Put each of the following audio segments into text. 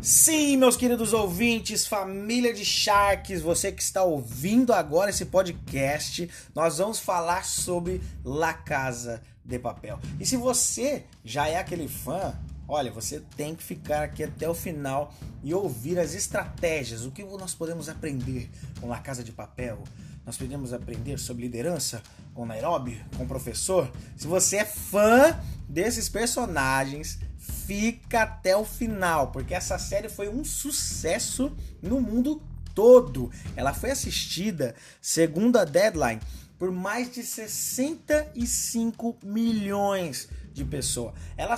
Sim, meus queridos ouvintes, família de Sharks, você que está ouvindo agora esse podcast, nós vamos falar sobre La Casa de Papel. E se você já é aquele fã, olha, você tem que ficar aqui até o final e ouvir as estratégias, o que nós podemos aprender com La Casa de Papel. Nós podemos aprender sobre liderança com Nairobi, com o professor. Se você é fã desses personagens, fica até o final, porque essa série foi um sucesso no mundo todo. Ela foi assistida, segundo a Deadline, por mais de 65 milhões de pessoas. Ela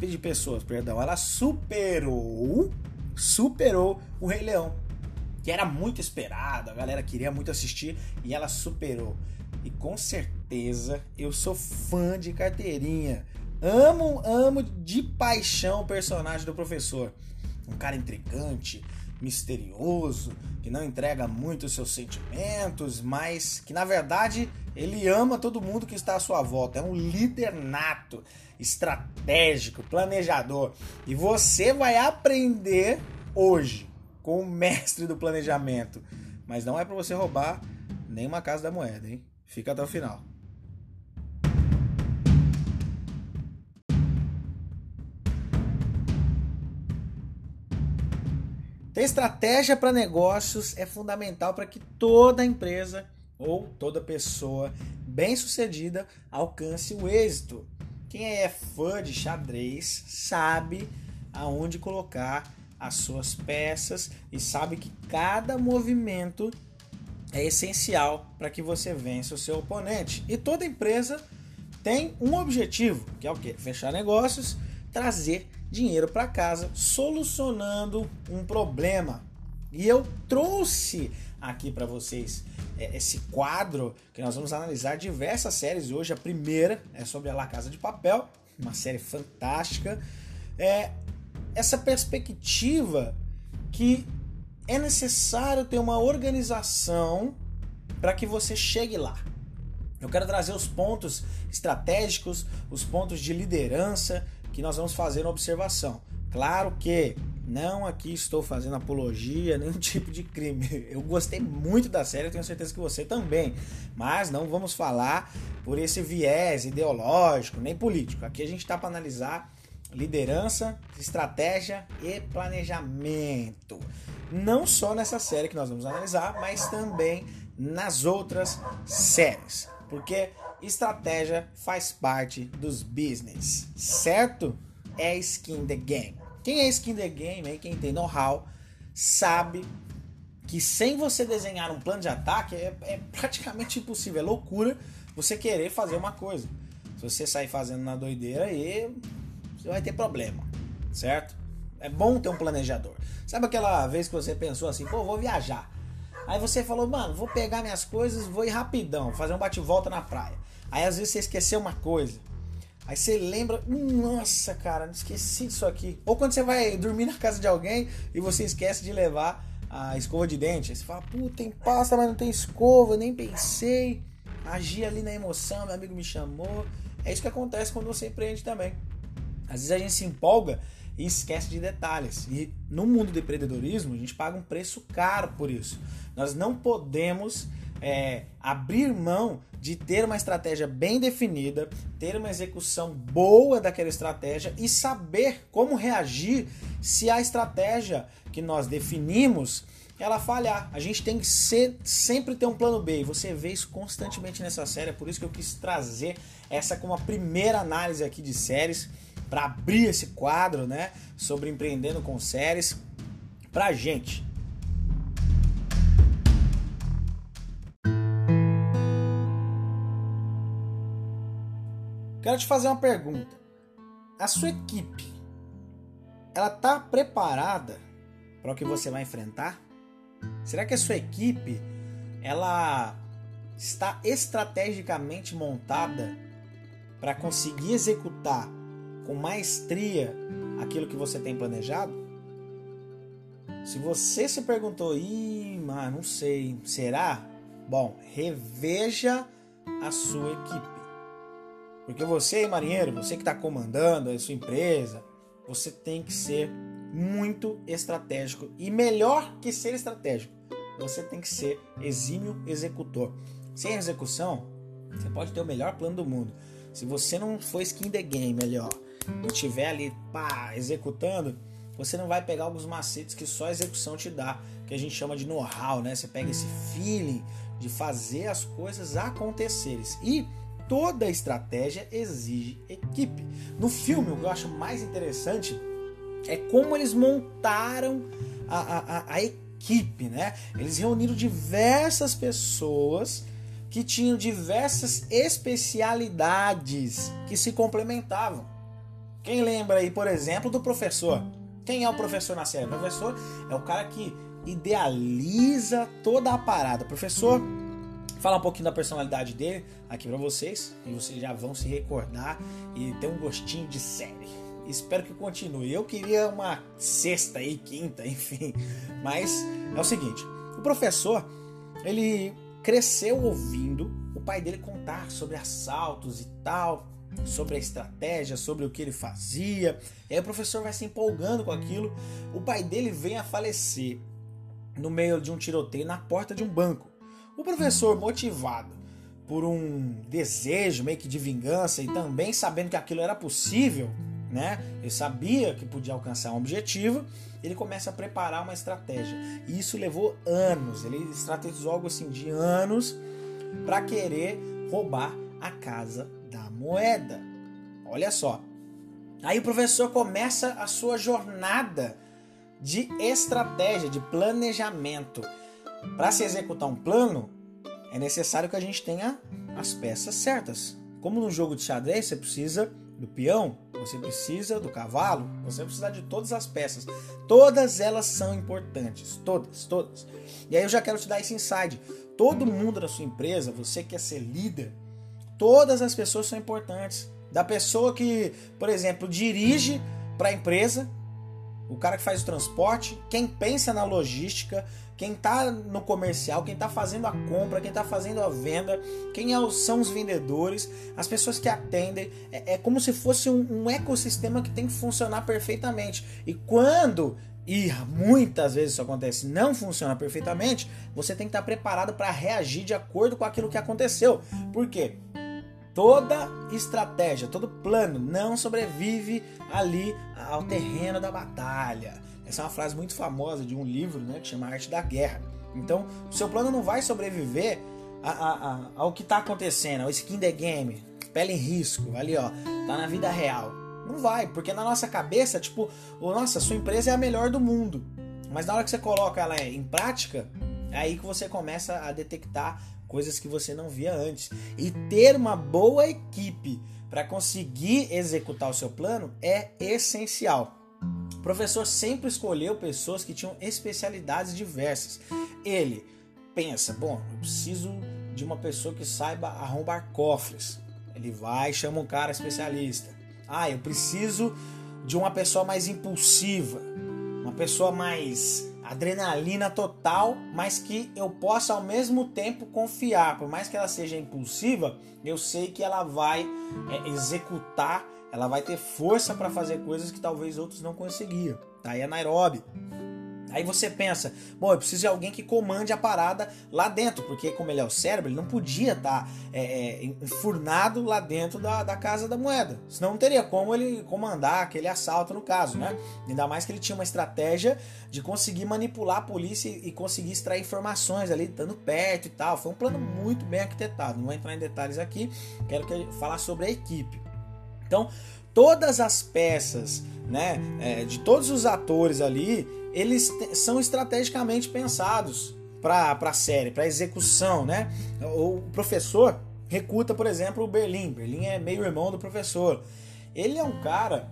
superou o Rei Leão, que era muito esperado, a galera queria muito assistir e ela superou. E com certeza eu sou fã de carteirinha. Amo de paixão o personagem do professor. Um cara intrigante, misterioso, que não entrega muito os seus sentimentos, mas que na verdade ele ama todo mundo que está à sua volta. É um líder nato, estratégico, planejador. E você vai aprender hoje com o mestre do planejamento. Mas não é para você roubar nenhuma Casa da Moeda, hein? Fica até o final. Ter estratégia para negócios é fundamental para que toda empresa ou toda pessoa bem-sucedida alcance o êxito. Quem é fã de xadrez sabe aonde colocar as suas peças e sabe que cada movimento é essencial para que você vença o seu oponente. E toda empresa tem um objetivo, que é o quê? Fechar negócios, trazer dinheiro para casa, solucionando um problema. E eu trouxe aqui para vocês esse quadro que nós vamos analisar diversas séries hoje. A primeira é sobre a La Casa de Papel, uma série fantástica. Essa perspectiva que é necessário ter uma organização para que você chegue lá. Eu quero trazer os pontos estratégicos, os pontos de liderança que nós vamos fazer na observação. Claro que não aqui estou fazendo apologia, nenhum tipo de crime. Eu gostei muito da série, eu tenho certeza que você também. Mas não vamos falar por esse viés ideológico, nem político. Aqui a gente está para analisar liderança, estratégia e planejamento. Não só nessa série que nós vamos analisar, mas também nas outras séries. Porque estratégia faz parte dos business, certo? É skin the game. Quem é skin the game, aí, quem tem know-how, sabe que sem você desenhar um plano de ataque é praticamente impossível, é loucura você querer fazer uma coisa. Se você sair fazendo na doideira, aí você vai ter problema, certo? É bom ter um planejador. Sabe aquela vez que você pensou assim, pô, vou viajar. Aí você falou, mano, vou pegar minhas coisas, vou ir rapidão, fazer um bate-volta na praia. Aí às vezes você esqueceu uma coisa. Aí você lembra, nossa, cara, esqueci disso aqui. Ou quando você vai dormir na casa de alguém e você esquece de levar a escova de dente. Aí você fala, puta, tem pasta, mas não tem escova, nem pensei. Agi ali na emoção, meu amigo me chamou. É isso que acontece quando você empreende também. Às vezes a gente se empolga e esquece de detalhes. E no mundo do empreendedorismo, a gente paga um preço caro por isso. Nós não podemos abrir mão de ter uma estratégia bem definida, ter uma execução boa daquela estratégia e saber como reagir se a estratégia que nós definimos ela falhar. A gente tem que sempre ter um plano B, e você vê isso constantemente nessa série. É por isso que eu quis trazer essa como a primeira análise aqui de séries, para abrir esse quadro, né, sobre empreendendo com séries pra gente. Quero te fazer uma pergunta. A sua equipe, ela tá preparada para o que você vai enfrentar? Será que a sua equipe, ela está estrategicamente montada para conseguir executar com maestria aquilo que você tem planejado? Se você se perguntou, não sei, será? Bom, reveja a sua equipe. Porque você, marinheiro, você que está comandando a sua empresa, você tem que ser muito estratégico. E melhor que ser estratégico, você tem que ser exímio executor. Sem execução, você pode ter o melhor plano do mundo. Se você não for skin the game, melhor, não estiver ali executando, você não vai pegar alguns macetes que só a execução te dá, que a gente chama de know-how, né? Você pega esse feeling de fazer as coisas acontecerem. E toda estratégia exige equipe. No filme, o que eu acho mais interessante é como eles montaram a equipe, né? Eles reuniram diversas pessoas que tinham diversas especialidades que se complementavam. Quem lembra aí, por exemplo, do professor? Quem é o professor na série? O professor é o cara que idealiza toda a parada. O professor, falar um pouquinho da personalidade dele aqui pra vocês, e vocês já vão se recordar e ter um gostinho de série. Espero que continue. Eu queria uma sexta e quinta, enfim. Mas é o seguinte, o professor, ele cresceu ouvindo o pai dele contar sobre assaltos e tal, sobre a estratégia, sobre o que ele fazia. E aí o professor vai se empolgando com aquilo. O pai dele vem a falecer no meio de um tiroteio na porta de um banco. O professor, motivado por um desejo meio que de vingança e também sabendo que aquilo era possível, né? Ele sabia que podia alcançar um objetivo, ele começa a preparar uma estratégia. E isso levou anos. Ele estrategizou algo assim de anos para querer roubar a Casa da Moeda. Olha só. Aí o professor começa a sua jornada de estratégia, de planejamento. Para se executar um plano, é necessário que a gente tenha as peças certas. Como no jogo de xadrez, você precisa do peão, você precisa do cavalo, você precisa de todas as peças. Todas elas são importantes. Todas. E aí eu já quero te dar esse insight. Todo mundo da sua empresa, você quer ser líder, todas as pessoas são importantes. Da pessoa que, por exemplo, dirige para a empresa, o cara que faz o transporte, quem pensa na logística, quem está no comercial, quem está fazendo a compra, quem está fazendo a venda, são os vendedores, as pessoas que atendem. É como se fosse um ecossistema que tem que funcionar perfeitamente. E muitas vezes isso acontece, não funciona perfeitamente, você tem que estar preparado para reagir de acordo com aquilo que aconteceu. Por quê? Toda estratégia, todo plano não sobrevive ali ao terreno da batalha. Essa é uma frase muito famosa de um livro, né, que chama Arte da Guerra. Então, o seu plano não vai sobreviver ao que está acontecendo, ao skin the game, pele em risco, ali ó, tá na vida real. Não vai, porque na nossa cabeça, tipo, sua empresa é a melhor do mundo. Mas na hora que você coloca ela em prática, é aí que você começa a detectar coisas que você não via antes. E ter uma boa equipe para conseguir executar o seu plano é essencial. O professor sempre escolheu pessoas que tinham especialidades diversas. Ele pensa, eu preciso de uma pessoa que saiba arrombar cofres. Ele vai e chama um cara especialista. Eu preciso de uma pessoa mais impulsiva, uma pessoa mais adrenalina total, mas que eu possa ao mesmo tempo confiar. Por mais que ela seja impulsiva, eu sei que ela vai executar, ela vai ter força para fazer coisas que talvez outros não conseguiam. Tá aí a Nairobi. Aí você pensa, eu preciso de alguém que comande a parada lá dentro, porque como ele é o cérebro, ele não podia estar enfurnado lá dentro da Casa da Moeda. Senão não teria como ele comandar aquele assalto no caso, né? Ainda mais que ele tinha uma estratégia de conseguir manipular a polícia e conseguir extrair informações ali, estando perto e tal. Foi um plano muito bem arquitetado. Não vou entrar em detalhes aqui, quero falar sobre a equipe. Então, todas as peças, né, de todos os atores ali, eles são estrategicamente pensados para a série, para a execução, né? O professor recruta, por exemplo, o Berlim. Berlim é meio irmão do professor. Ele é um cara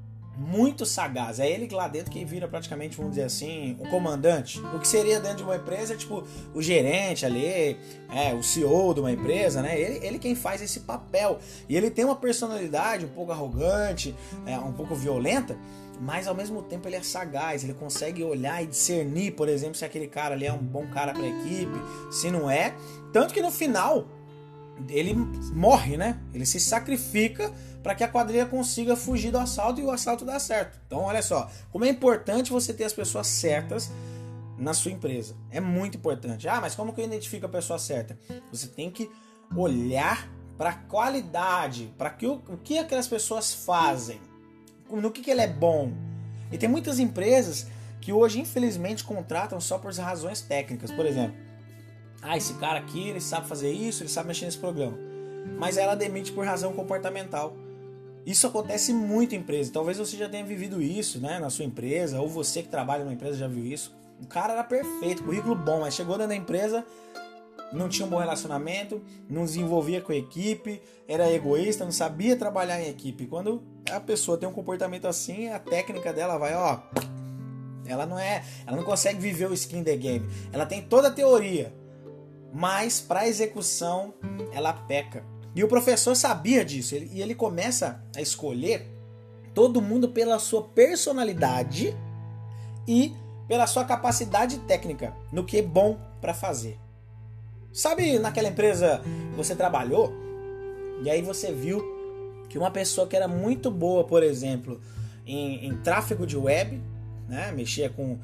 muito sagaz. É ele que lá dentro que vira praticamente, vamos dizer assim, o comandante. O que seria dentro de uma empresa, tipo, o gerente ali, o CEO de uma empresa, né? Ele quem faz esse papel. E ele tem uma personalidade um pouco arrogante, um pouco violenta, mas ao mesmo tempo ele é sagaz. Ele consegue olhar e discernir, por exemplo, se aquele cara ali é um bom cara para a equipe, se não é. Tanto que no final ele morre, né? Ele se sacrifica para que a quadrilha consiga fugir do assalto e o assalto dar certo. Então olha só, como é importante você ter as pessoas certas na sua empresa. É muito importante. Mas como que eu identifico a pessoa certa? Você tem que olhar para a qualidade, para o que aquelas pessoas fazem, no que ele é bom. E tem muitas empresas que hoje, infelizmente, contratam só por razões técnicas. Por exemplo, esse cara aqui, ele sabe fazer isso, ele sabe mexer nesse programa. Mas ela demite por razão comportamental. Isso acontece muito em empresa. Talvez você já tenha vivido isso, né, na sua empresa, ou você que trabalha numa empresa já viu isso. O cara era perfeito, currículo bom, mas chegou dentro da empresa, não tinha um bom relacionamento, não desenvolvia com a equipe, era egoísta, não sabia trabalhar em equipe. Quando a pessoa tem um comportamento assim, a técnica dela vai, ela não consegue viver o skin the game. Ela tem toda a teoria, mas para execução ela peca. E o professor sabia disso, e ele começa a escolher todo mundo pela sua personalidade e pela sua capacidade técnica, no que é bom para fazer. Sabe naquela empresa que você trabalhou, e aí você viu que uma pessoa que era muito boa, por exemplo, em tráfego de web, né, mexia com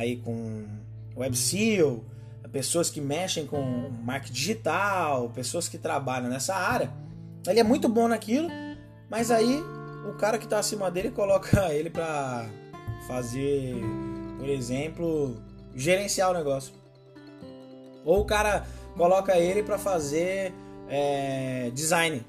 web SEO, pessoas que mexem com marketing digital, pessoas que trabalham nessa área, ele é muito bom naquilo, mas aí o cara que está acima dele coloca ele para fazer, por exemplo, gerenciar o negócio. Ou o cara coloca ele para fazer design.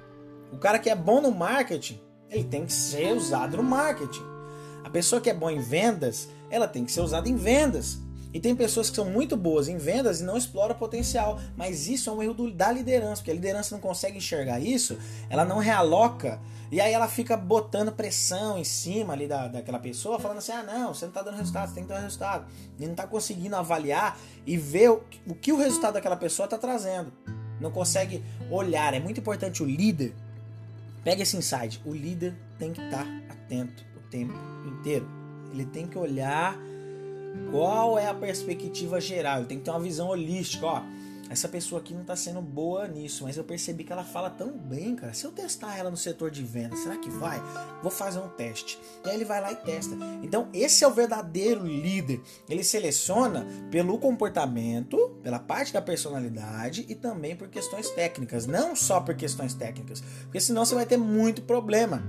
O cara que é bom no marketing, ele tem que ser usado no marketing. A pessoa que é boa em vendas, ela tem que ser usada em vendas. E tem pessoas que são muito boas em vendas e não exploram o potencial. Mas isso é um erro da liderança, porque a liderança não consegue enxergar isso, ela não realoca, e aí ela fica botando pressão em cima ali daquela pessoa, falando assim, não, você não está dando resultado, você tem que dar resultado. E não está conseguindo avaliar e ver o que o resultado daquela pessoa está trazendo. Não consegue olhar. É muito importante o líder. Pega esse insight. O líder tem que estar atento o tempo inteiro. Ele tem que olhar qual é a perspectiva geral. Ele tem que ter uma visão holística. Essa pessoa aqui não está sendo boa nisso, mas eu percebi que ela fala tão bem, cara. Se eu testar ela no setor de venda, será que vai? Vou fazer um teste. E aí ele vai lá e testa. Então esse é o verdadeiro líder. Ele seleciona pelo comportamento, pela parte da personalidade e também por questões técnicas. Não só por questões técnicas, porque senão você vai ter muito problema.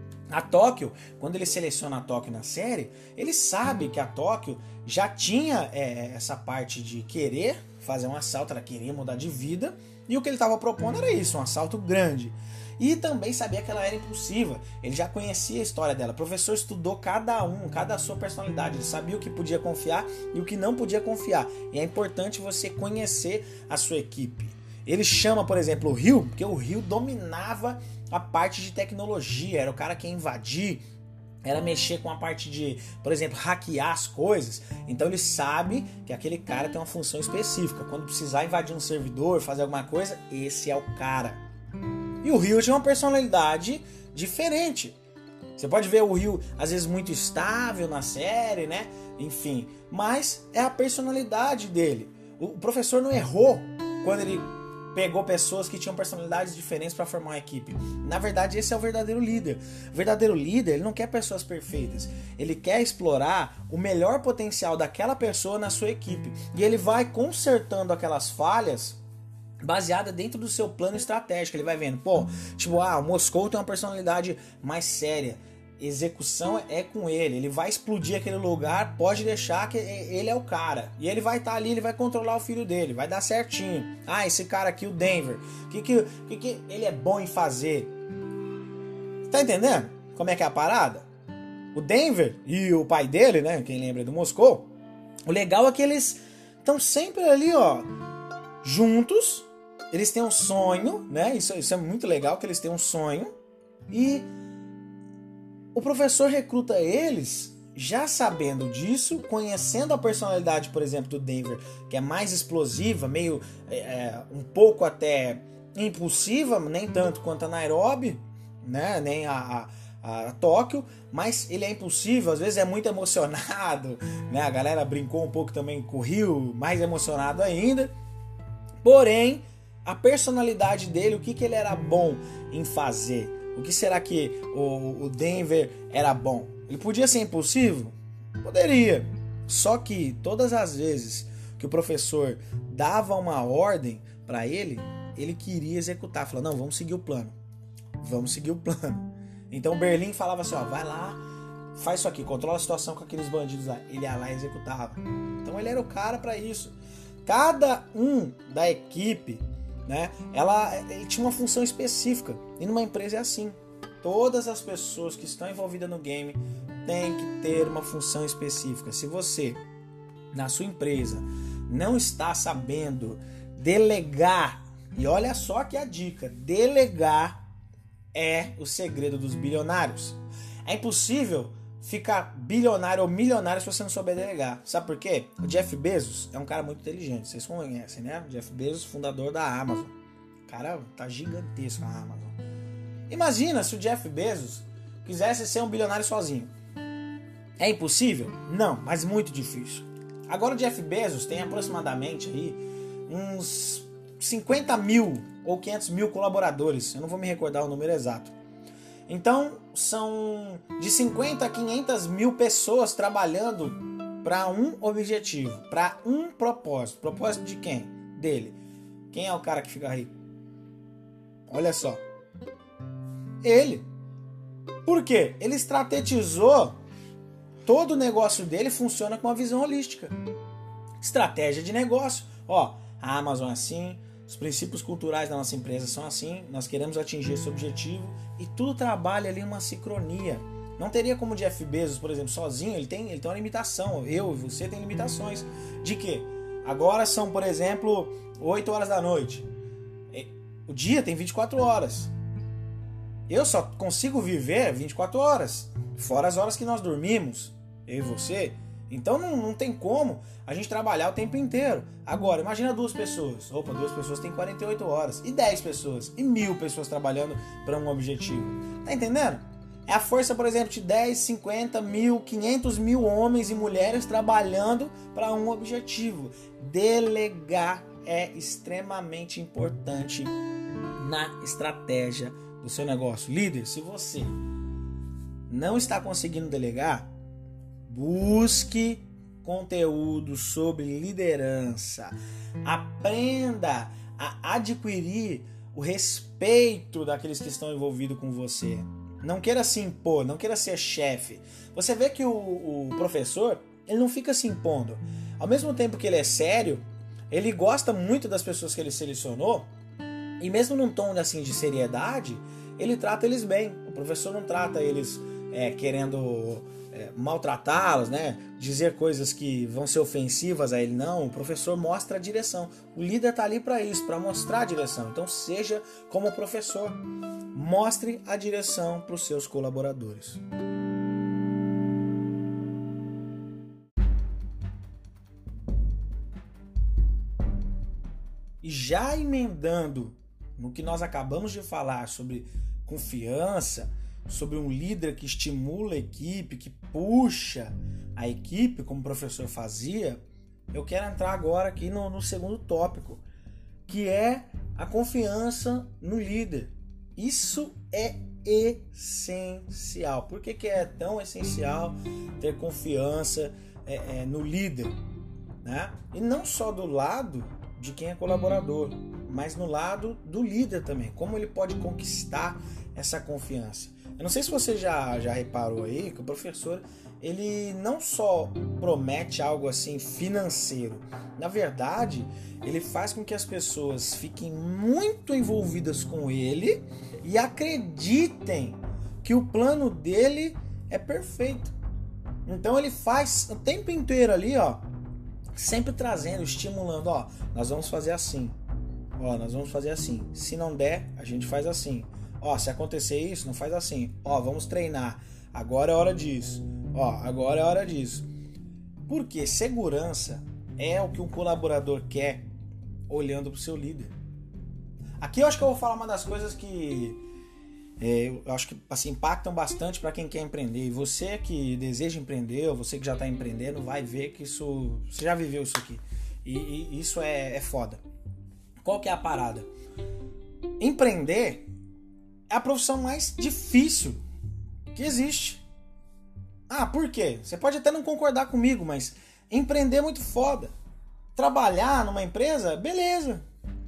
A Tóquio, quando ele seleciona a Tóquio na série, ele sabe que a Tóquio já tinha essa parte de querer fazer um assalto, ela queria mudar de vida, e o que ele estava propondo era isso, um assalto grande. E também sabia que ela era impulsiva, ele já conhecia a história dela, o professor estudou cada a sua personalidade, ele sabia o que podia confiar e o que não podia confiar, e é importante você conhecer a sua equipe. Ele chama, por exemplo, o Ryu, porque o Ryu dominava a parte de tecnologia, era o cara que ia invadir, era mexer com a parte de, por exemplo, hackear as coisas. Então ele sabe que aquele cara tem uma função específica. Quando precisar invadir um servidor, fazer alguma coisa, esse é o cara. E o Ryu tinha uma personalidade diferente. Você pode ver o Ryu, às vezes, muito estável na série, né? Enfim, mas é a personalidade dele. O professor não errou quando ele pegou pessoas que tinham personalidades diferentes para formar uma equipe. Na verdade, esse é o verdadeiro líder. O verdadeiro líder, ele não quer pessoas perfeitas. Ele quer explorar o melhor potencial daquela pessoa na sua equipe. E ele vai consertando aquelas falhas baseada dentro do seu plano estratégico. Ele vai vendo, o Moscou tem uma personalidade mais séria. Execução é com ele vai explodir aquele lugar, pode deixar que ele é o cara, e ele vai estar ali, ele vai controlar o filho dele, vai dar certinho. Esse cara aqui, o Denver, que ele é bom em fazer? Tá entendendo como é que é a parada? O Denver e o pai dele, né, quem lembra do Moscou, o legal é que eles estão sempre ali, juntos, eles têm um sonho, né, isso é muito legal, que eles têm um sonho, e o professor recruta eles já sabendo disso, conhecendo a personalidade, por exemplo, do Denver, que é mais explosiva, meio um pouco até impulsiva, nem tanto quanto a Nairobi, né, nem a Tóquio, mas ele é impulsivo, às vezes é muito emocionado, né, a galera brincou um pouco também com o Ryu, mais emocionado ainda, porém, a personalidade dele, o que ele era bom em fazer? O que será que o Denver era bom? Ele podia ser impulsivo? Poderia. Só que todas as vezes que o professor dava uma ordem para ele queria executar. Falava, não, vamos seguir o plano. Vamos seguir o plano. Então Berlim falava assim, ó, vai lá, faz isso aqui, controla a situação com aqueles bandidos lá. Ele ia lá e executava. Então ele era o cara para isso. Cada um da equipe, né, ele tinha uma função específica. E numa empresa é assim. Todas as pessoas que estão envolvidas no game têm que ter uma função específica. Se você, na sua empresa, não está sabendo delegar, e olha só que a dica, delegar é o segredo dos bilionários. É impossível ficar bilionário ou milionário se você não souber delegar. Sabe por quê? O Jeff Bezos é um cara muito inteligente, vocês conhecem, né? Jeff Bezos, fundador da Amazon. O cara tá gigantesco na Amazon. Imagina se o Jeff Bezos quisesse ser um bilionário sozinho. É impossível? Não, mas muito difícil. Agora o Jeff Bezos tem aproximadamente aí uns 50 mil ou 500 mil colaboradores. Eu não vou me recordar o número exato. Então, são de 50 a 500 mil pessoas trabalhando para um objetivo, para um propósito. Propósito de quem? Dele. Quem é o cara que fica rico? Olha só. Ele. Por quê? Ele estrategizou. Todo o negócio dele funciona com uma visão holística. Estratégia de negócio. Ó, a Amazon é assim, os princípios culturais da nossa empresa são assim, nós queremos atingir esse objetivo e tudo trabalha ali em uma sincronia. Não teria como o Jeff Bezos, por exemplo, sozinho, ele tem uma limitação. Eu e você tem limitações. De quê? Agora são, por exemplo, 8 horas da noite. O dia tem 24 horas. Eu só consigo viver 24 horas, fora as horas que nós dormimos, eu e você. Então não tem como a gente trabalhar o tempo inteiro. Agora, imagina 2 pessoas. Opa, 2 pessoas tem 48 horas. E 10 pessoas. E 1000 pessoas trabalhando para um objetivo. Tá entendendo? É a força, por exemplo, de 10, 50, 1000, 500 mil homens e mulheres trabalhando para um objetivo. Delegar é extremamente importante na estratégia do seu negócio. Líder, se você não está conseguindo delegar, busque conteúdo sobre liderança. Aprenda a adquirir o respeito daqueles que estão envolvidos com você. Não queira se impor, não queira ser chefe. Você vê que o professor, ele não fica se impondo. Ao mesmo tempo que ele é sério, ele gosta muito das pessoas que ele selecionou. E mesmo num tom assim de seriedade, ele trata eles bem. O professor não trata eles querendo maltratá-los, né? Dizer coisas que vão ser ofensivas a ele. Não, o professor mostra a direção. O líder está ali para isso, para mostrar a direção. Então seja como o professor. Mostre a direção para os seus colaboradores. E já emendando no que nós acabamos de falar sobre confiança, sobre um líder que estimula a equipe, que puxa a equipe, como o professor fazia, eu quero entrar agora aqui no segundo tópico, que é a confiança no líder. Isso é essencial. Por que é tão essencial ter confiança no líder, né? E não só do lado de quem é colaborador, mas no lado do líder também. Como ele pode conquistar essa confiança. Eu não sei se você já reparou aí que o professor, ele não só promete algo assim financeiro. Na verdade, ele faz com que as pessoas fiquem muito envolvidas com ele e acreditem que o plano dele é perfeito. Então ele faz o tempo inteiro ali, ó, sempre trazendo, estimulando, ó, nós vamos fazer assim. Ó, nós vamos fazer assim. Se não der, a gente faz assim. Ó, se acontecer isso, não faz assim. Ó, vamos treinar. Agora é hora disso. Ó, agora é hora disso. Porque segurança é o que um colaborador quer olhando para o seu líder. Aqui eu acho que eu vou falar uma das coisas que eu acho que assim, impactam bastante para quem quer empreender. E você que deseja empreender, ou você que já está empreendendo, vai ver que isso... Você já viveu isso aqui. E isso é foda. Qual que é a parada? Empreender é a profissão mais difícil que existe. Ah, por quê? Você pode até não concordar comigo, mas empreender é muito foda. Trabalhar numa empresa, beleza.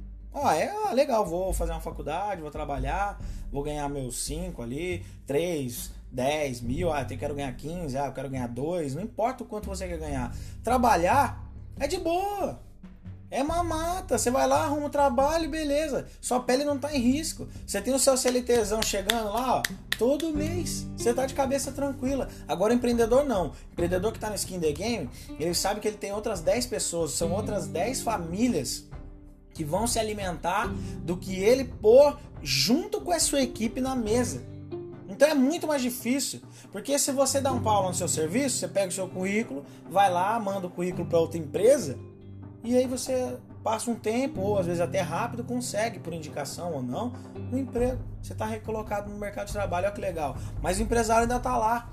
Legal, vou fazer uma faculdade, vou trabalhar, vou ganhar meus 5 ali, 3, 10 mil, eu quero ganhar 15, eu quero ganhar 2, não importa o quanto você quer ganhar. Trabalhar é de boa. É mamata, você vai lá, arruma um trabalho, beleza. Sua pele não tá em risco. Você tem o seu CLTzão chegando lá, ó, todo mês. Você tá de cabeça tranquila. Agora o empreendedor não. O empreendedor que tá no skin the game, ele sabe que ele tem outras 10 pessoas, são outras 10 famílias que vão se alimentar do que ele pôr junto com a sua equipe na mesa. Então é muito mais difícil, porque se você dá um pau no seu serviço, você pega o seu currículo, vai lá, manda o currículo para outra empresa, e aí você passa um tempo, ou às vezes até rápido, consegue, por indicação ou não, um emprego. Você está recolocado no mercado de trabalho, olha que legal. Mas o empresário ainda está lá,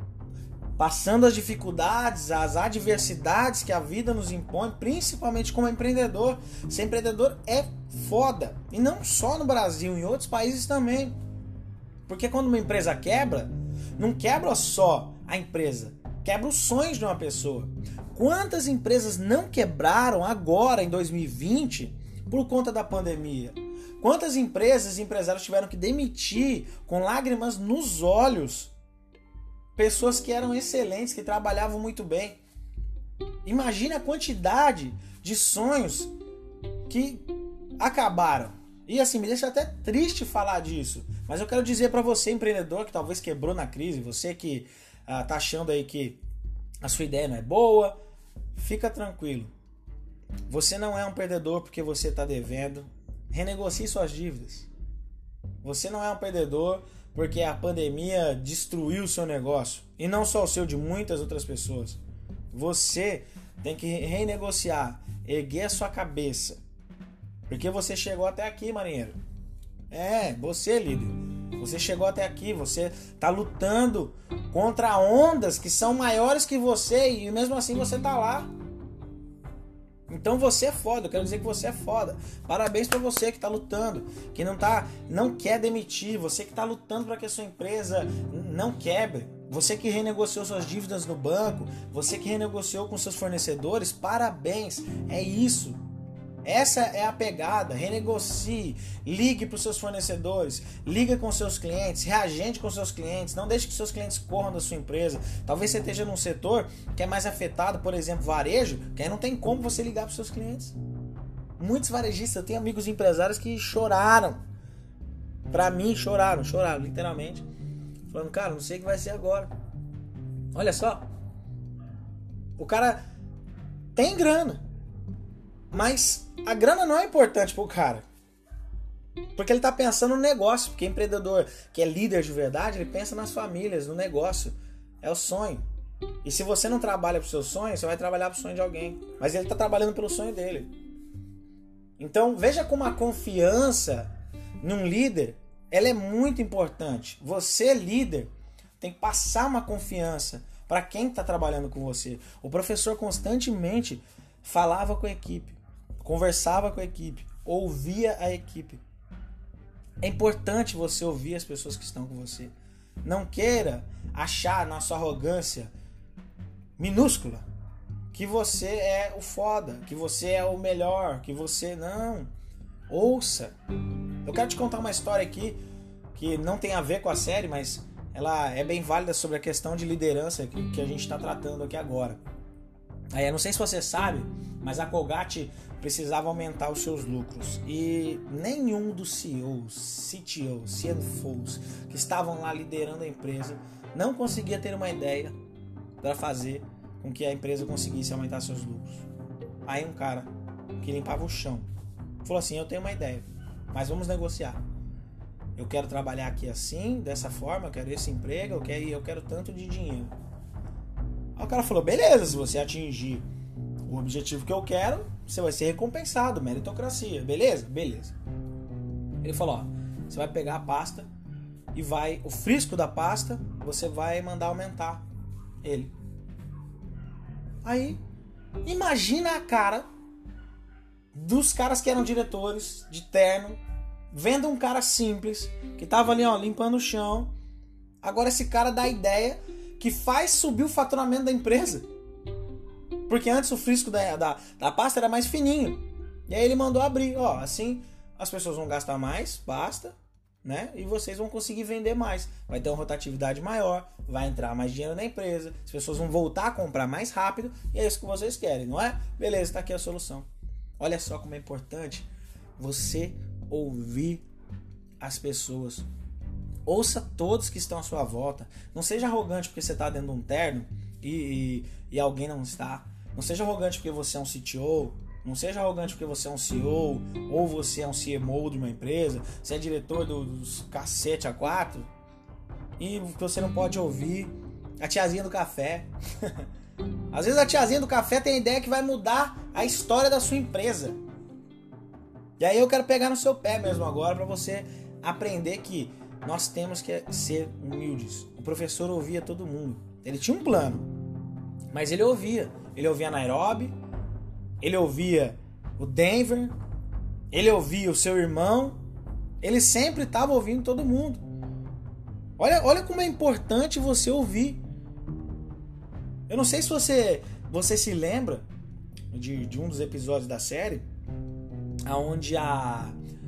passando as dificuldades, as adversidades que a vida nos impõe, principalmente como empreendedor. Ser empreendedor é foda. E não só no Brasil, em outros países também. Porque quando uma empresa quebra, não quebra só a empresa, quebra os sonhos de uma pessoa. Quantas empresas não quebraram agora, em 2020, por conta da pandemia? Quantas empresas e empresários tiveram que demitir com lágrimas nos olhos pessoas que eram excelentes, que trabalhavam muito bem? Imagine a quantidade de sonhos que acabaram. E assim, me deixa até triste falar disso. Mas eu quero dizer para você, empreendedor, que talvez quebrou na crise, você que tá achando aí que a sua ideia não é boa, fica tranquilo. Você não é um perdedor porque você está devendo. Renegocie suas dívidas. Você não é um perdedor porque a pandemia destruiu o seu negócio. E não só o seu, de muitas outras pessoas. Você tem que renegociar, erguer a sua cabeça. Porque você chegou até aqui, marinheiro. Você, líder. Você chegou até aqui, você está lutando contra ondas que são maiores que você e mesmo assim você está lá. Então você é foda, eu quero dizer que você é foda. Parabéns para você que está lutando, que não quer demitir, você que está lutando para que a sua empresa não quebre, você que renegociou suas dívidas no banco, você que renegociou com seus fornecedores, parabéns, é isso. Essa é a pegada, renegocie, ligue para os seus fornecedores, liga com seus clientes, reagente com seus clientes, não deixe que seus clientes corram da sua empresa. Talvez você esteja num setor que é mais afetado, por exemplo, varejo, que aí não tem como você ligar para os seus clientes. Muitos varejistas, eu tenho amigos empresários que choraram, para mim choraram literalmente, falando, cara, não sei o que vai ser agora. Olha só, o cara tem grana, mas a grana não é importante pro cara. Porque ele tá pensando no negócio. Porque empreendedor que é líder de verdade, ele pensa nas famílias, no negócio. É o sonho. E se você não trabalha pro seu sonho, você vai trabalhar pro sonho de alguém. Mas ele tá trabalhando pelo sonho dele. Então veja como a confiança num líder, ela é muito importante. Você, líder, tem que passar uma confiança para quem tá trabalhando com você. O professor constantemente falava com a equipe, conversava com a equipe, ouvia a equipe. É importante você ouvir as pessoas que estão com você. Não queira achar na sua arrogância minúscula que você é o foda, que você é o melhor, que você... Não. Ouça. Eu quero te contar uma história aqui que não tem a ver com a série, mas ela é bem válida sobre a questão de liderança que a gente está tratando aqui agora. Não sei se você sabe, mas a Colgate precisava aumentar os seus lucros e nenhum dos CEOs, CTOs, CFOs que estavam lá liderando a empresa não conseguia ter uma ideia para fazer com que a empresa conseguisse aumentar seus lucros. Aí um cara que limpava o chão falou assim, eu tenho uma ideia, mas vamos negociar. Eu quero trabalhar aqui assim, dessa forma, eu quero esse emprego, eu quero tanto de dinheiro. Aí o cara falou, beleza, se você atingir o objetivo que eu quero, você vai ser recompensado, meritocracia, beleza? Beleza. Ele falou, você vai pegar a pasta e o frisco da pasta, você vai mandar aumentar ele. Aí, imagina a cara dos caras que eram diretores de terno, vendo um cara simples, que tava ali, ó, limpando o chão. Agora esse cara dá a ideia que faz subir o faturamento da empresa. Porque antes o frisco da pasta era mais fininho. E aí ele mandou abrir, ó, assim as pessoas vão gastar mais pasta, né? E vocês vão conseguir vender mais. Vai ter uma rotatividade maior, vai entrar mais dinheiro na empresa, as pessoas vão voltar a comprar mais rápido, e é isso que vocês querem, não é? Beleza, tá aqui a solução. Olha só como é importante você ouvir as pessoas. Ouça todos que estão à sua volta. Não seja arrogante porque você está dentro de um terno e alguém não está. Não seja arrogante porque você é um CTO. Não seja arrogante porque você é um CEO ou você é um CMO de uma empresa. Você é diretor dos cacete A4 e você não pode ouvir a tiazinha do café. Às vezes a tiazinha do café tem a ideia que vai mudar a história da sua empresa. E aí eu quero pegar no seu pé mesmo agora para você aprender que nós temos que ser humildes. O professor ouvia todo mundo. Ele tinha um plano, mas ele ouvia. Ele ouvia Nairobi, ele ouvia o Denver, ele ouvia o seu irmão. Ele sempre estava ouvindo todo mundo. Olha como é importante você ouvir. Eu não sei se você se lembra de um dos episódios da série onde a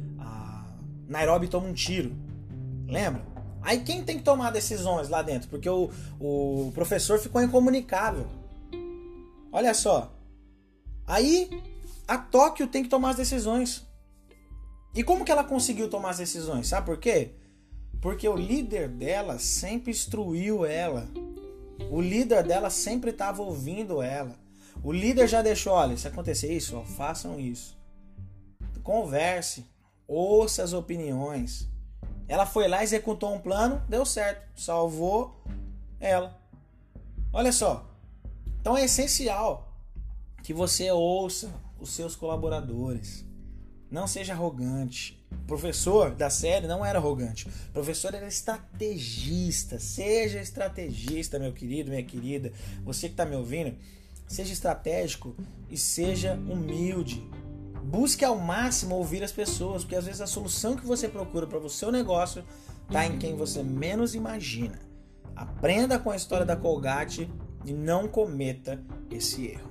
Nairobi toma um tiro. Lembra? Aí quem tem que tomar decisões lá dentro? Porque o professor ficou incomunicável. Olha só. Aí a Tóquio tem que tomar as decisões. E como que ela conseguiu tomar as decisões? Sabe por quê? Porque o líder dela sempre instruiu ela. O líder dela sempre estava ouvindo ela. O líder já deixou, olha, se acontecer isso, ó, façam isso. Converse, ouça as opiniões. Ela foi lá, executou um plano, deu certo, salvou ela. Olha só. Então é essencial que você ouça os seus colaboradores. Não seja arrogante. O professor da série não era arrogante. O professor era estrategista. Seja estrategista, meu querido, minha querida. Você que está me ouvindo, seja estratégico e seja humilde. Busque ao máximo ouvir as pessoas, porque às vezes a solução que você procura para o seu negócio está em quem você menos imagina. Aprenda com a história da Colgate e não cometa esse erro.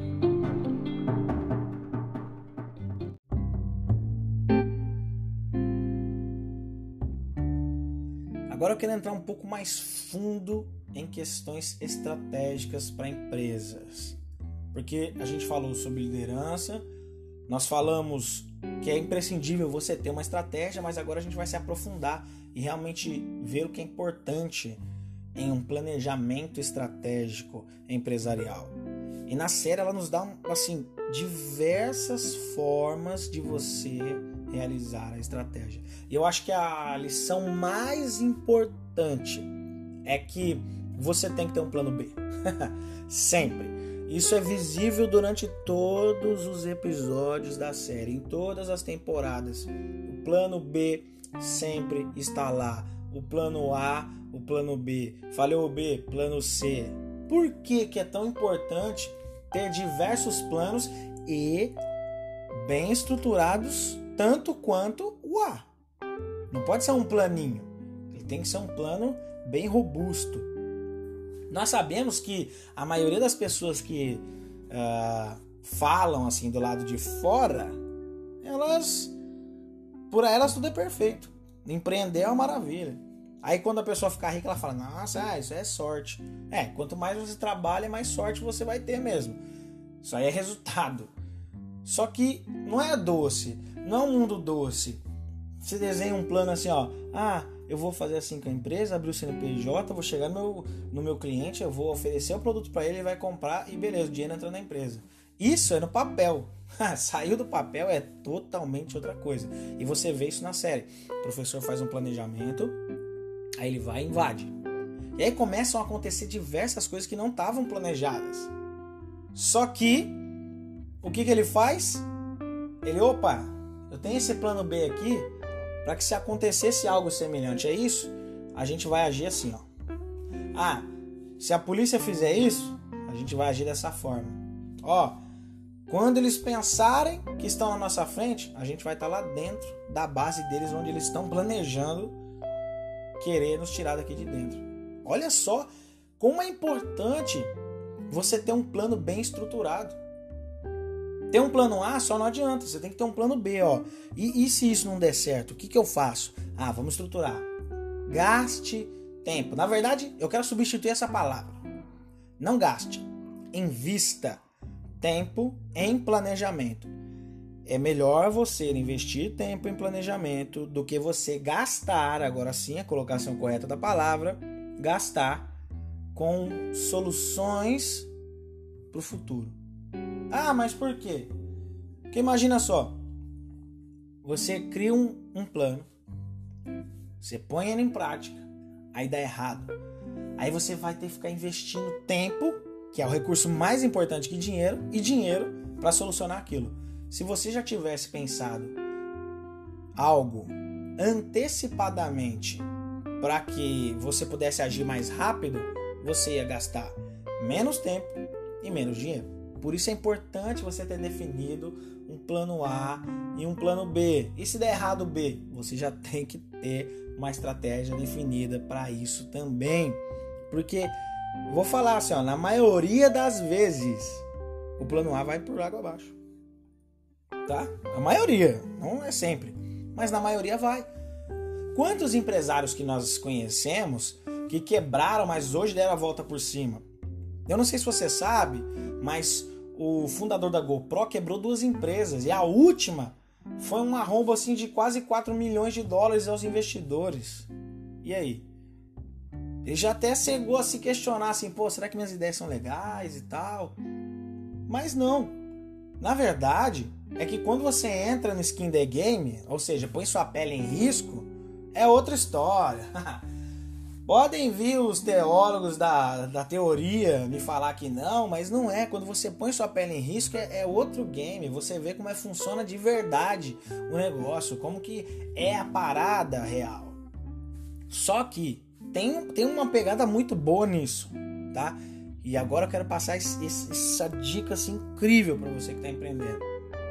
Agora eu quero entrar um pouco mais fundo em questões estratégicas para empresas. Porque a gente falou sobre liderança, nós falamos que é imprescindível você ter uma estratégia, mas agora a gente vai se aprofundar e realmente ver o que é importante em um planejamento estratégico empresarial. E na série ela nos dá diversas formas de você realizar a estratégia. E eu acho que a lição mais importante é que você tem que ter um plano B. Sempre. Isso é visível durante todos os episódios da série, em todas as temporadas. O plano B sempre está lá. O plano A, o plano B. Falei o B, plano C. Por que é tão importante ter diversos planos e bem estruturados, tanto quanto o A? Não pode ser um planinho. Ele tem que ser um plano bem robusto. Nós sabemos que a maioria das pessoas que falam assim do lado de fora, por elas tudo é perfeito. Empreender é uma maravilha. Aí quando a pessoa ficar rica, ela fala, nossa, isso é sorte. Quanto mais você trabalha, mais sorte você vai ter mesmo. Isso aí é resultado. Só que não é doce, não é um mundo doce. Você desenha um plano assim, ó, eu vou fazer assim com a empresa, abrir o CNPJ, vou chegar no meu cliente, eu vou oferecer o produto para ele vai comprar e beleza, o dinheiro entra na empresa. Isso é no papel. Saiu do papel é totalmente outra coisa. E você vê isso na série. O professor faz um planejamento, aí ele vai e invade. E aí começam a acontecer diversas coisas que não estavam planejadas. Só que, o que ele faz? Eu tenho esse plano B aqui, para que se acontecesse algo semelhante a isso, a gente vai agir assim, ó. Se a polícia fizer isso, a gente vai agir dessa forma. Quando eles pensarem que estão na nossa frente, a gente vai estar lá dentro da base deles, onde eles estão planejando querer nos tirar daqui de dentro. Olha só como é importante você ter um plano bem estruturado. Ter um plano A só não adianta, você tem que ter um plano B, ó. E se isso não der certo, o que eu faço? Vamos estruturar. Gaste tempo. Na verdade, eu quero substituir essa palavra. Não gaste. Invista tempo em planejamento. É melhor você investir tempo em planejamento do que você gastar, agora sim, a colocação correta da palavra, gastar com soluções para o futuro. Mas por quê? Porque imagina só, você cria um plano, você põe ele em prática, aí dá errado. Aí você vai ter que ficar investindo tempo, que é o recurso mais importante que dinheiro, e dinheiro para solucionar aquilo. Se você já tivesse pensado algo antecipadamente para que você pudesse agir mais rápido, você ia gastar menos tempo e menos dinheiro. Por isso é importante você ter definido um plano A e um plano B. E se der errado o B, você já tem que ter uma estratégia definida para isso também. Porque, vou falar assim, na maioria das vezes, o plano A vai por água abaixo. Tá? A maioria, não é sempre, mas na maioria vai. Quantos empresários que nós conhecemos que quebraram, mas hoje deram a volta por cima? Eu não sei se você sabe, mas o fundador da GoPro quebrou 2 empresas e a última foi um arrombo assim de quase 4 milhões de dólares aos investidores. E aí? Ele já até chegou a se questionar assim, será que minhas ideias são legais e tal? Mas não. Na verdade, é que quando você entra no skin the game, ou seja, põe sua pele em risco, é outra história. Podem vir os teólogos da teoria me falar que não, mas não é. Quando você põe sua pele em risco, é outro game. Você vê como funciona de verdade o negócio, como que é a parada real. Só que tem uma pegada muito boa nisso, tá? E agora eu quero passar essa dica assim, incrível para você que está empreendendo.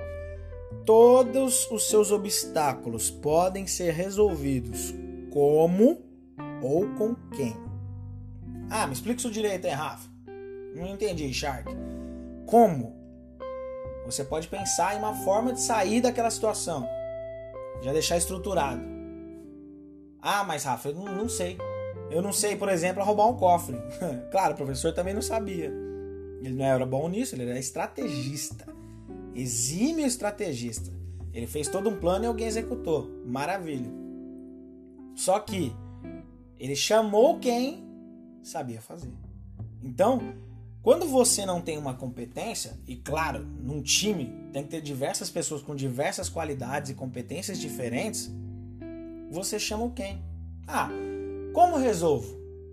Todos os seus obstáculos podem ser resolvidos como ou com quem? Me explica isso direito aí, Rafa. Não entendi, Shark. Como? Você pode pensar em uma forma de sair daquela situação. Já deixar estruturado. Mas Rafa, eu não sei. Eu não sei, por exemplo, roubar um cofre. Claro, o professor também não sabia. Ele não era bom nisso, ele era estrategista. Exímio estrategista. Ele fez todo um plano e alguém executou. Maravilha. Só que ele chamou quem sabia fazer. Então, quando você não tem uma competência, e claro, num time tem que ter diversas pessoas com diversas qualidades e competências diferentes, você chama o quem? Como resolvo?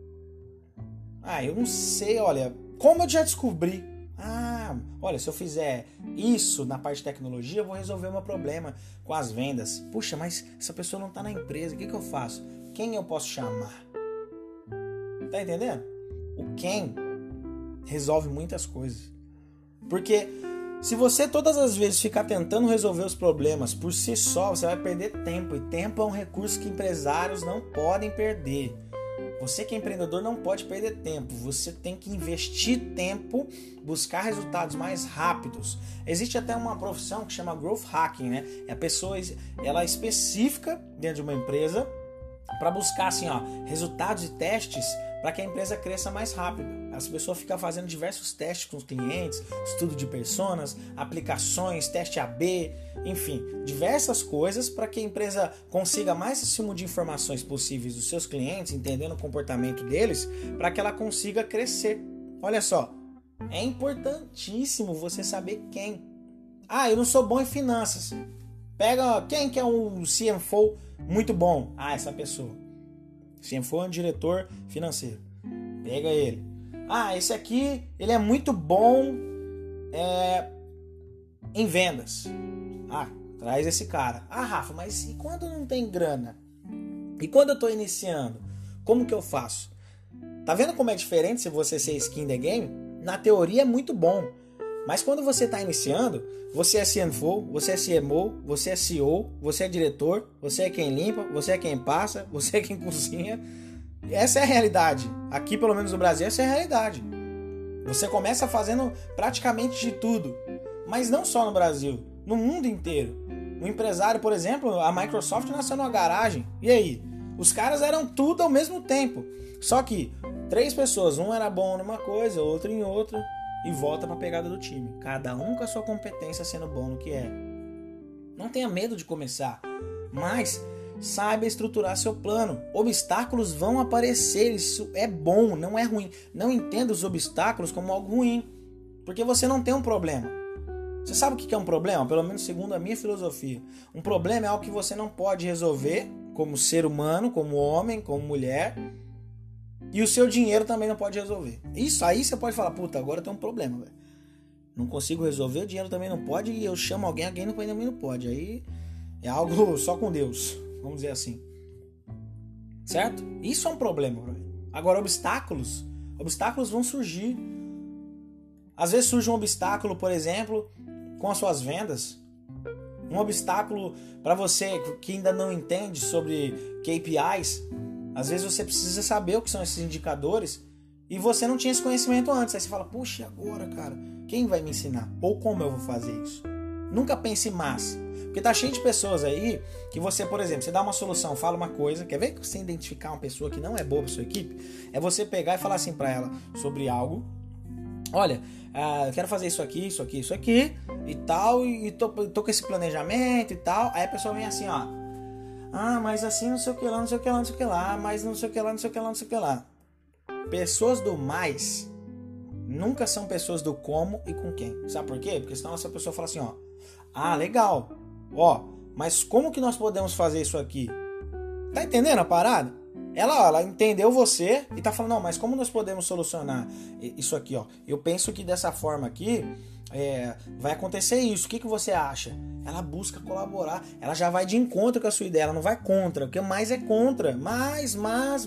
Eu não sei, olha, como eu já descobri? Olha, se eu fizer isso na parte de tecnologia, eu vou resolver o meu problema com as vendas. Puxa, mas essa pessoa não está na empresa, o que eu faço? Quem eu posso chamar? Tá entendendo? O quem resolve muitas coisas. Porque se você todas as vezes ficar tentando resolver os problemas por si só, você vai perder tempo. E tempo é um recurso que empresários não podem perder. Você que é empreendedor não pode perder tempo. Você tem que investir tempo, buscar resultados mais rápidos. Existe até uma profissão que chama Growth Hacking, né? A pessoa ela é específica dentro de uma empresa para buscar assim, resultados e testes para que a empresa cresça mais rápido. As pessoas ficam fazendo diversos testes com os clientes, estudo de personas, aplicações, teste AB, enfim, diversas coisas para que a empresa consiga mais acima de informações possíveis dos seus clientes, entendendo o comportamento deles, para que ela consiga crescer. Olha só, é importantíssimo você saber quem. Eu não sou bom em finanças. Pega quem que é um CFO muito bom. Essa pessoa. CFO é um diretor financeiro. Pega ele. Esse aqui, ele é muito bom em vendas. Traz esse cara. Rafa, mas e quando não tem grana? E quando eu tô iniciando? Como que eu faço? Tá vendo como é diferente se você ser skin the game? Na teoria é muito bom. Mas quando você está iniciando, você é CFO, você é CMO, você é CEO, você é diretor, você é quem limpa, você é quem passa, você é quem cozinha. Essa é a realidade. Aqui, pelo menos no Brasil, essa é a realidade. Você começa fazendo praticamente de tudo. Mas não só no Brasil, no mundo inteiro. Um empresário, por exemplo, a Microsoft nasceu numa garagem. E aí? Os caras eram tudo ao mesmo tempo. Só que 3 pessoas, um era bom numa coisa, outro em outra, e volta pra pegada do time. Cada um com a sua competência sendo bom no que é. Não tenha medo de começar, mas saiba estruturar seu plano. Obstáculos vão aparecer, isso é bom, não é ruim. Não entenda os obstáculos como algo ruim, porque você não tem um problema. Você sabe o que é um problema? Pelo menos segundo a minha filosofia. Um problema é algo que você não pode resolver como ser humano, como homem, como mulher. E o seu dinheiro também não pode resolver. Isso aí você pode falar, puta, agora tem um problema, velho. Não consigo resolver, o dinheiro também não pode, e eu chamo alguém também não pode. Aí é algo só com Deus, vamos dizer assim. Certo? Isso é um problema pra mim. Agora, obstáculos vão surgir. Às vezes surge um obstáculo, por exemplo, com as suas vendas. Um obstáculo para você que ainda não entende sobre KPIs. Às vezes você precisa saber o que são esses indicadores e você não tinha esse conhecimento antes. Aí você fala, puxa, agora, cara, quem vai me ensinar? Ou como eu vou fazer isso? Nunca pense mais. Porque tá cheio de pessoas aí que você, por exemplo, você dá uma solução, fala uma coisa, quer ver que você identificar uma pessoa que não é boa pra sua equipe? É você pegar e falar assim pra ela sobre algo. Olha, eu quero fazer isso aqui e tal, e tô com esse planejamento e tal. Aí a pessoa vem assim, ó. Ah, mas assim não sei o que lá, não sei o que lá, não sei o que lá, mas não sei o que lá, não sei o que lá, não sei o que lá. Pessoas do mais nunca são pessoas do como e com quem. Sabe por quê? Porque senão essa pessoa fala assim, ó. Ah, legal. Ó, mas como que nós podemos fazer isso aqui? Tá entendendo a parada? Ela entendeu você e tá falando, não, mas como nós podemos solucionar isso aqui, ó? Eu penso que dessa forma aqui vai acontecer isso. O que você acha? Ela busca colaborar. Ela já vai de encontro com a sua ideia. Ela não vai contra. O que mais é contra. Mas.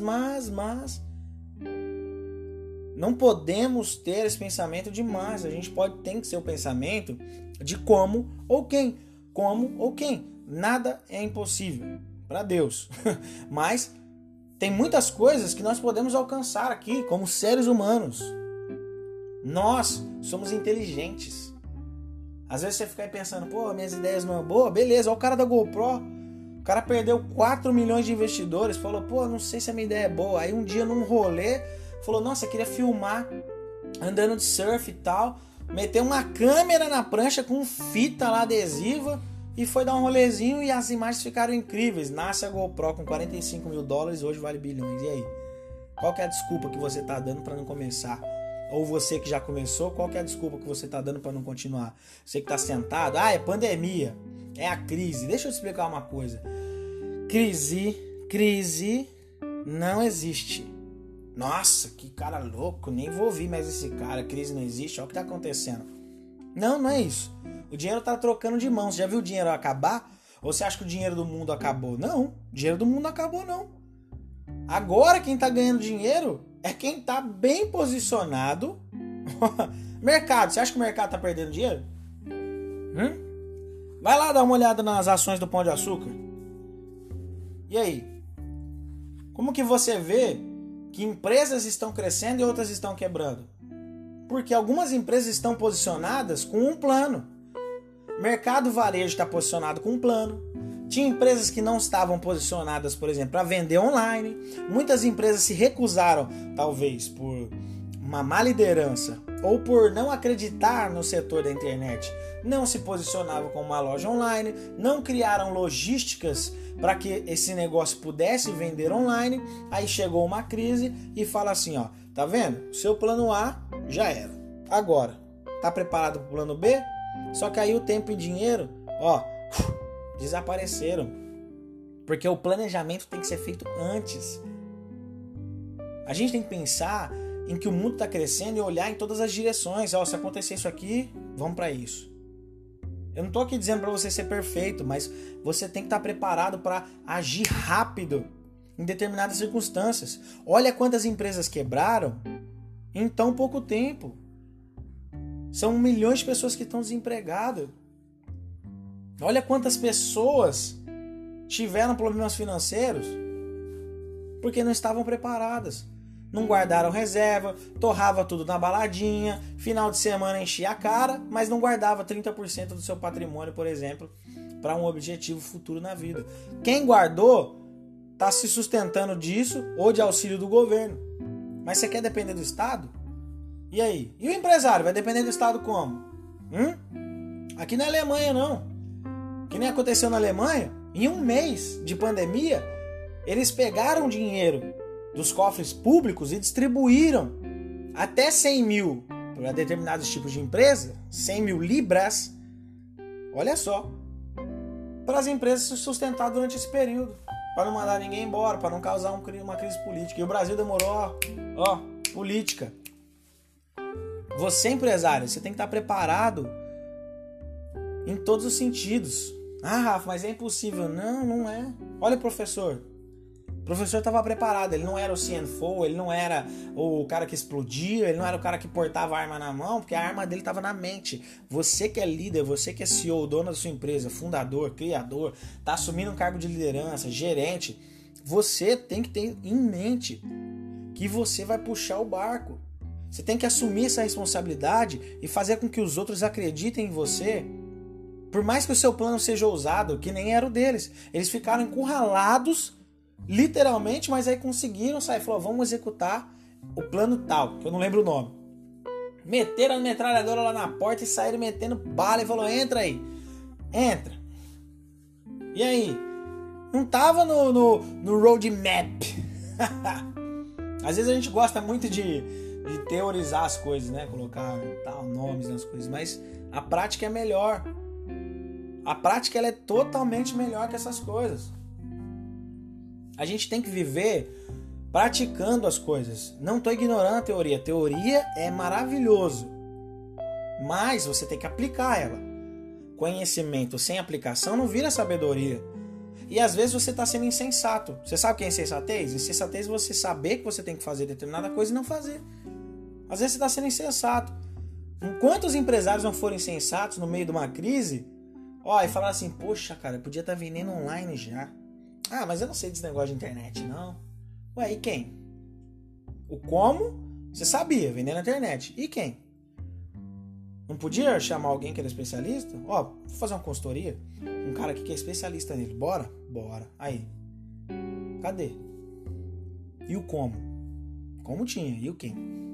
Não podemos ter esse pensamento demais. A gente tem que ser o pensamento de como ou quem. Como ou quem. Nada é impossível para Deus. Mas tem muitas coisas que nós podemos alcançar aqui como seres humanos. Nós somos inteligentes. Às vezes você fica aí pensando, pô, minhas ideias não são boas. Beleza, olha o cara da GoPro. O cara perdeu 4 milhões de investidores. Falou, pô, não sei se a minha ideia é boa. Aí um dia num rolê, falou, nossa, eu queria filmar andando de surf e tal. Meteu uma câmera na prancha com fita lá adesiva e foi dar um rolezinho e as imagens ficaram incríveis. Nasce a GoPro com $45 mil, hoje vale bilhões. E aí? Qual que é a desculpa que você tá dando para não começar? Ou você que já começou, qual que é a desculpa que você tá dando para não continuar? Você que tá sentado, é pandemia, é a crise. Deixa eu te explicar uma coisa. Crise não existe. Nossa, que cara louco, nem vou ouvir mais esse cara, crise não existe, olha o que tá acontecendo. Não é isso. O dinheiro tá trocando de mãos. Você já viu o dinheiro acabar? Ou você acha que o dinheiro do mundo acabou? Não, o dinheiro do mundo não acabou, não. Agora quem tá ganhando dinheiro é quem tá bem posicionado. Mercado, você acha que o mercado tá perdendo dinheiro? Vai lá dar uma olhada nas ações do Pão de Açúcar. E aí? Como que você vê que empresas estão crescendo e outras estão quebrando? Porque algumas empresas estão posicionadas com um plano. Mercado varejo está posicionado com um plano. Tinha empresas que não estavam posicionadas, por exemplo, para vender online. Muitas empresas se recusaram, talvez por uma má liderança ou por não acreditar no setor da internet. Não se posicionavam como uma loja online, não criaram logísticas para que esse negócio pudesse vender online. Aí chegou uma crise e fala assim, ó, tá vendo? O seu plano A já era. Agora, tá preparado para o plano B? Só que aí o tempo e dinheiro, ó, desapareceram. Porque o planejamento tem que ser feito antes. A gente tem que pensar em que o mundo está crescendo e olhar em todas as direções. Ó, se acontecer isso aqui, vamos para isso. Eu não estou aqui dizendo para você ser perfeito, mas você tem que estar preparado para agir rápido em determinadas circunstâncias. Olha quantas empresas quebraram em tão pouco tempo. São milhões de pessoas que estão desempregadas. Olha quantas pessoas tiveram problemas financeiros porque não estavam preparadas. Não guardaram reserva, torrava tudo na baladinha, final de semana enchia a cara, mas não guardava 30% do seu patrimônio, por exemplo, para um objetivo futuro na vida. Quem guardou está se sustentando disso ou de auxílio do governo. Mas você quer depender do Estado? E aí? E o empresário vai depender do Estado como? Aqui na Alemanha não. Que nem aconteceu na Alemanha, em um mês de pandemia, eles pegaram dinheiro dos cofres públicos e distribuíram até 100 mil para determinados tipos de empresa, 100 mil libras, olha só, para as empresas se sustentar durante esse período, para não mandar ninguém embora, para não causar uma crise política. E o Brasil demorou, política. Você, empresário, você tem que estar preparado em todos os sentidos. Ah, Rafa, mas é impossível. Não, não é. Olha o professor. O professor estava preparado. Ele não era o CFO, ele não era o cara que explodia, ele não era o cara que portava a arma na mão, porque a arma dele estava na mente. Você que é líder, você que é CEO, dono da sua empresa, fundador, criador, está assumindo um cargo de liderança, gerente, você tem que ter em mente que você vai puxar o barco. Você tem que assumir essa responsabilidade e fazer com que os outros acreditem em você. Por mais que o seu plano seja ousado, que nem era o deles. Eles ficaram encurralados, literalmente, mas aí conseguiram sair. Falou, vamos executar o plano tal, que eu não lembro o nome. Meteram a metralhadora lá na porta e saíram metendo bala e falou, entra aí. Entra. E aí? Não tava no roadmap. Às vezes a gente gosta muito de teorizar as coisas, né? Colocar nomes nas coisas, mas a prática é melhor. A prática ela é totalmente melhor que essas coisas. A gente tem que viver praticando as coisas. Não estou ignorando a teoria. A teoria é maravilhoso. Mas você tem que aplicar ela. Conhecimento sem aplicação não vira sabedoria. E às vezes você está sendo insensato. Você sabe o que é insensatez? Insensatez é você saber que você tem que fazer determinada coisa e não fazer. Às vezes você está sendo insensato. Enquanto os empresários não forem sensatos no meio de uma crise, e falaram assim, poxa, cara, eu podia estar vendendo online já. Ah, mas eu não sei desse negócio de internet, não. Ué, e quem? O como, você sabia, vender na internet. E quem? Não podia chamar alguém que era especialista? Vou fazer uma consultoria. Um cara aqui que é especialista nele. Bora? Bora. Aí. Cadê? E o como? Como tinha? E o quem?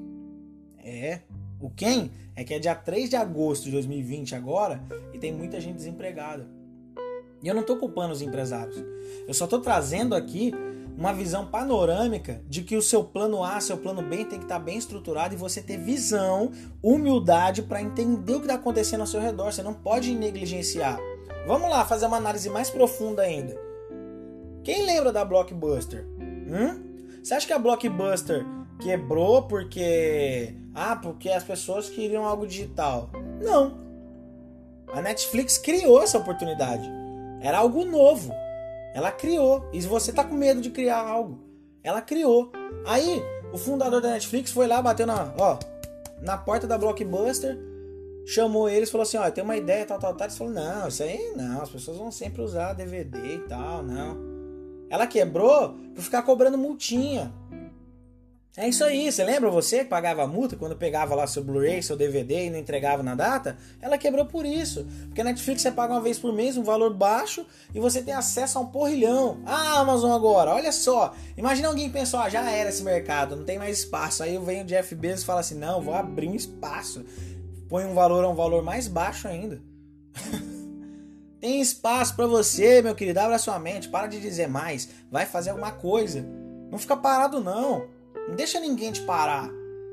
O quem é que é dia 3 de agosto de 2020 agora e tem muita gente desempregada. E eu não estou culpando os empresários. Eu só estou trazendo aqui uma visão panorâmica de que o seu plano A, seu plano B tem que estar bem estruturado e você ter visão, humildade para entender o que está acontecendo ao seu redor. Você não pode negligenciar. Vamos lá fazer uma análise mais profunda ainda. Quem lembra da Blockbuster? Você acha que a Blockbuster quebrou porque as pessoas queriam algo digital? Não. A Netflix criou essa oportunidade. Era algo novo. Ela criou. E se você tá com medo de criar algo, ela criou. Aí, o fundador da Netflix foi lá, bateu na porta da Blockbuster, chamou eles, falou assim, tem uma ideia, tal. Eles falaram, não, isso aí não, as pessoas vão sempre usar DVD e tal, não. Ela quebrou por ficar cobrando multinha. É isso aí, você lembra você que pagava multa quando pegava lá seu Blu-ray, seu DVD e não entregava na data? Ela quebrou por isso, porque a Netflix você paga uma vez por mês, um valor baixo, e você tem acesso a um porrilhão. A Amazon agora, olha só, imagina alguém que pensou, já era esse mercado, não tem mais espaço, aí vem o Jeff Bezos e fala assim, não, vou abrir um espaço, põe um valor mais baixo ainda. Tem espaço pra você, meu querido, abra sua mente, para de dizer mais, vai fazer alguma coisa, não fica parado não. Não deixa ninguém te parar.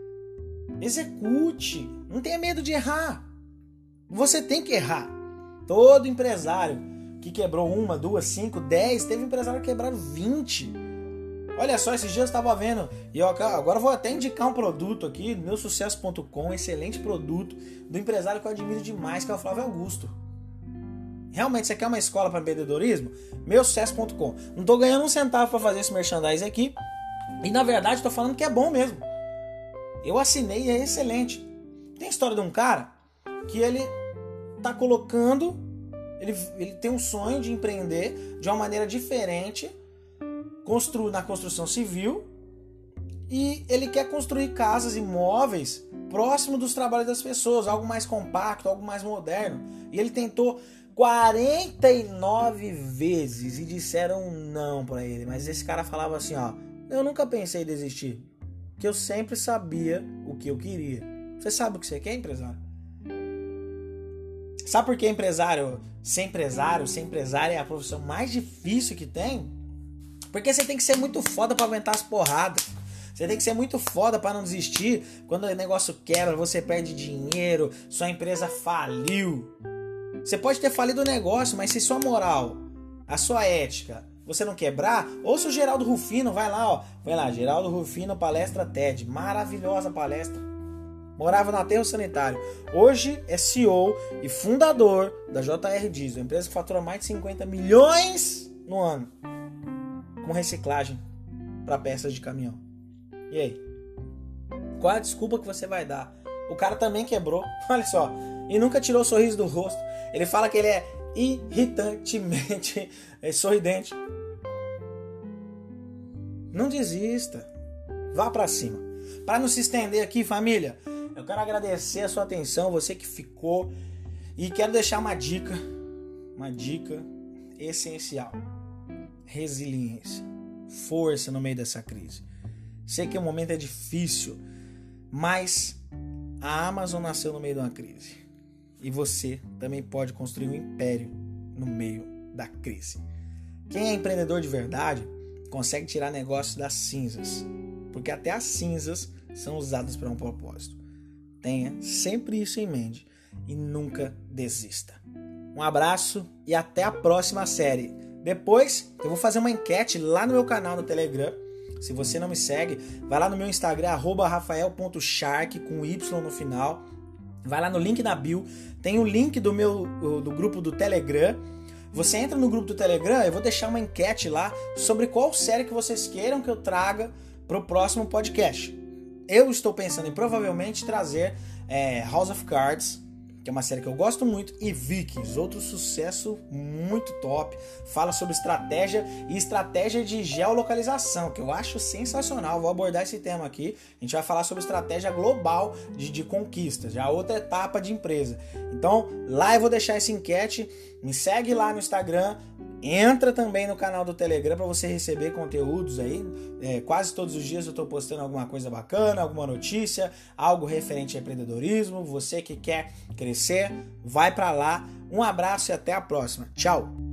Execute. Não tenha medo de errar. Você tem que errar. Todo empresário que quebrou 1, 2, 5, 10, teve empresário que quebraram 20. Olha só, esses dias eu estava vendo, e agora eu vou até indicar um produto aqui, meusucesso.com, excelente produto, do empresário que eu admiro demais, que é o Flávio Augusto. Realmente, você quer uma escola para empreendedorismo? Meusucesso.com. Não estou ganhando um centavo para fazer esse merchandising aqui, e na verdade estou falando que é bom mesmo. Eu assinei e é excelente. Tem a história de um cara que ele tá colocando, ele tem um sonho de empreender de uma maneira diferente, na construção civil, e ele quer construir casas e imóveis próximo dos trabalhos das pessoas, algo mais compacto, algo mais moderno. E ele tentou 49 vezes e disseram não pra ele. Mas esse cara falava assim, ó, eu nunca pensei em desistir, que eu sempre sabia o que eu queria. Você sabe o que você quer, empresário? Sabe por que ser empresário é a profissão mais difícil que tem? Porque você tem que ser muito foda pra aguentar as porradas. Você tem que ser muito foda pra não desistir. Quando o negócio quebra, você perde dinheiro, sua empresa faliu. Você pode ter falido o negócio, mas se sua moral, a sua ética, você não quebrar, ouça o Geraldo Rufino, vai lá, Geraldo Rufino, palestra TED, maravilhosa palestra. Morava no aterro sanitário. Hoje é CEO e fundador da JR Diesel, empresa que fatura mais de 50 milhões no ano com reciclagem para peças de caminhão. E aí? Qual a desculpa que você vai dar? O cara também quebrou, olha só, e nunca tirou o sorriso do rosto. Ele fala que ele é irritantemente sorridente. Não desista. Vá para cima. Para não se estender aqui, família, eu quero agradecer a sua atenção, você que ficou, e quero deixar uma dica essencial. Resiliência, força no meio dessa crise. Sei que o momento é difícil, mas a Amazon nasceu no meio de uma crise. E você também pode construir um império no meio da crise. Quem é empreendedor de verdade consegue tirar negócios das cinzas, porque até as cinzas são usadas para um propósito. Tenha sempre isso em mente e nunca desista. Um abraço e até a próxima série. Depois eu vou fazer uma enquete lá no meu canal no Telegram. Se você não me segue, vai lá no meu Instagram, @rafael.shark, com Y no final. Vai lá no link da bio, tem o link do grupo do Telegram. Você entra no grupo do Telegram, eu vou deixar uma enquete lá sobre qual série que vocês queiram que eu traga para o próximo podcast. Eu estou pensando em provavelmente trazer House of Cards, que é uma série que eu gosto muito, e Vikings, outro sucesso muito top. Fala sobre estratégia e estratégia de geolocalização, que eu acho sensacional. Vou abordar esse tema aqui. A gente vai falar sobre estratégia global de conquista, já outra etapa de empresa. Então, lá eu vou deixar essa enquete. Me segue lá no Instagram. Entra também no canal do Telegram para você receber conteúdos aí. Quase todos os dias eu estou postando alguma coisa bacana, alguma notícia, algo referente a empreendedorismo. Você que quer crescer, vai para lá. Um abraço e até a próxima. Tchau!